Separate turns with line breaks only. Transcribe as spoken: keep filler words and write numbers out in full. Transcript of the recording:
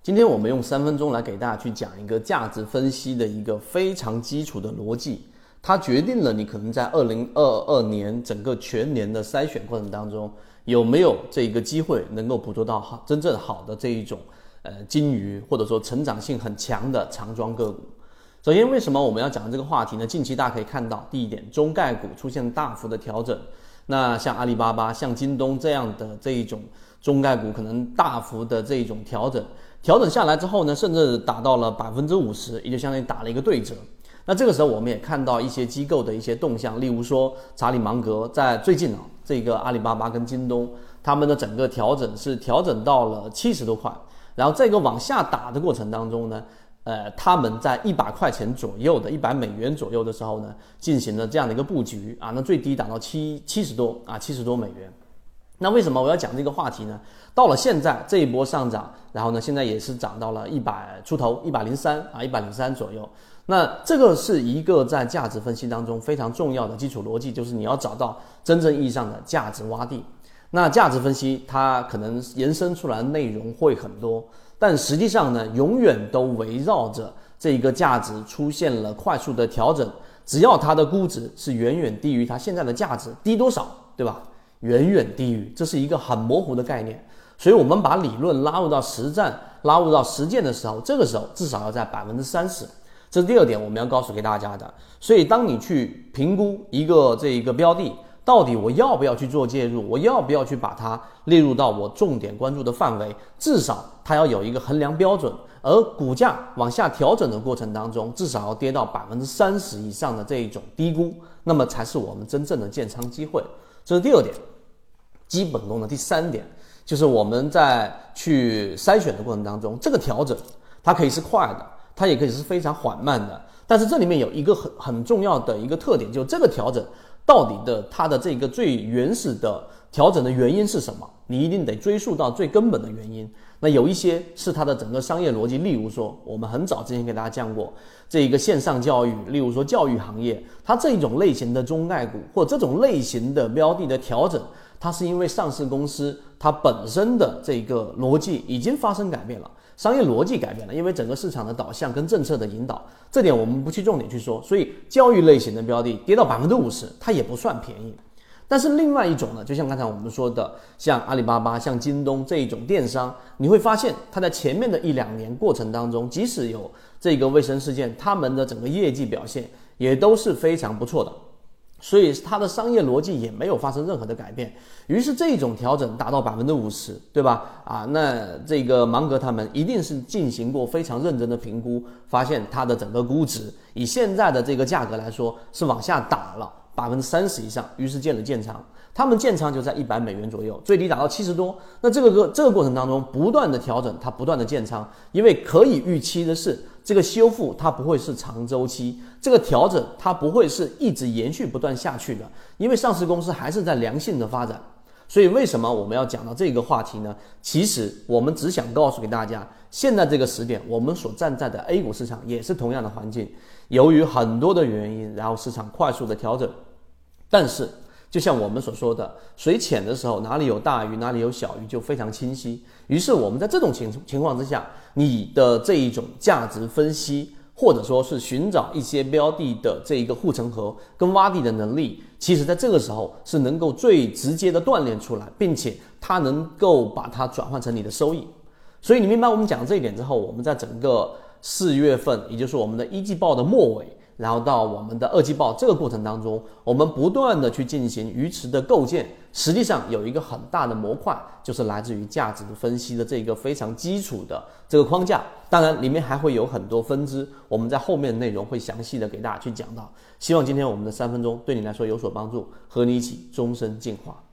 今天我们用三分钟来给大家去讲一个价值分析的一个非常基础的逻辑，它决定了你可能在二零二二年整个全年的筛选过程当中有没有这个机会能够捕捉到好真正好的这一种呃金鱼，或者说成长性很强的长庄个股。首先，为什么我们要讲这个话题呢？近期大家可以看到，第一点，中概股出现大幅的调整。那像阿里巴巴、像京东这样的这一种中概股，可能大幅的这一种调整，调整下来之后呢，甚至达到了百分之五十，也就相当于打了一个对折。那这个时候，我们也看到一些机构的一些动向，例如说查理芒格在最近啊，这个阿里巴巴跟京东，他们的整个调整是调整到了七十多块，然后这个往下打的过程当中呢。呃，他们在一百块钱左右的一百美元左右的时候呢，进行了这样的一个布局啊，那最低达到七七十多啊，七十多美元。那为什么我要讲这个话题呢？到了现在这一波上涨，然后呢，现在也是涨到了一百出头，一百零三啊，一百零三左右。那这个是一个在价值分析当中非常重要的基础逻辑，就是你要找到真正意义上的价值洼地。那价值分析它可能延伸出来的内容会很多，但实际上呢，永远都围绕着这一个价值出现了快速的调整，只要它的估值是远远低于它现在的价值，低多少，对吧？远远低于，这是一个很模糊的概念。所以我们把理论拉入到实战，拉入到实践的时候，这个时候至少要在百分之三十。这是第二点我们要告诉给大家的。所以当你去评估一个这一个标的，到底我要不要去做介入，我要不要去把它列入到我重点关注的范围，至少它要有一个衡量标准。而股价往下调整的过程当中，至少要跌到百分之三十以上的这一种低估，那么才是我们真正的建仓机会。这是第二点。基本功的第三点，就是我们在去筛选的过程当中，这个调整它可以是快的，它也可以是非常缓慢的，但是这里面有一个很很重要的一个特点，就是这个调整到底的它的这个最原始的调整的原因是什么？你一定得追溯到最根本的原因。那有一些是它的整个商业逻辑，例如说我们很早之前给大家讲过这一个线上教育，例如说教育行业，它这一种类型的中概股或这种类型的标的的调整，它是因为上市公司它本身的这个逻辑已经发生改变了，商业逻辑改变了，因为整个市场的导向跟政策的引导，这点我们不去重点去说。所以教育类型的标的跌到百分之五十，它也不算便宜。但是另外一种呢，就像刚才我们说的，像阿里巴巴、像京东这一种电商，你会发现它在前面的一两年过程当中，即使有这个卫生事件，他们的整个业绩表现也都是非常不错的。所以它的商业逻辑也没有发生任何的改变，于是这种调整达到百分之五十，对吧？啊，那这个芒格他们一定是进行过非常认真的评估，发现它的整个估值以现在的这个价格来说是往下打了百分之三十以上，于是建了建仓。他们建仓就在一百美元左右，最低达到七十多。那这个这个过程当中不断的调整，它不断的建仓，因为可以预期的是，这个修复它不会是长周期，这个调整它不会是一直延续不断下去的，因为上市公司还是在良性的发展。所以为什么我们要讲到这个话题呢？其实我们只想告诉给大家，现在这个时点，我们所站在的 A 股市场也是同样的环境，由于很多的原因，然后市场快速的调整，但是就像我们所说的，水浅的时候哪里有大鱼哪里有小鱼就非常清晰。于是我们在这种情情况之下，你的这一种价值分析，或者说是寻找一些标的的这一个护城河跟洼地的能力，其实在这个时候是能够最直接的锻炼出来，并且它能够把它转换成你的收益。所以你明白我们讲这一点之后，我们在整个四月份，也就是我们的一季报的末尾，然后到我们的二季报这个过程当中，我们不断的去进行鱼池的构建，实际上有一个很大的模块，就是来自于价值分析的这个非常基础的这个框架。当然里面还会有很多分支，我们在后面的内容会详细的给大家去讲到。希望今天我们的三分钟对你来说有所帮助，和你一起终身进化。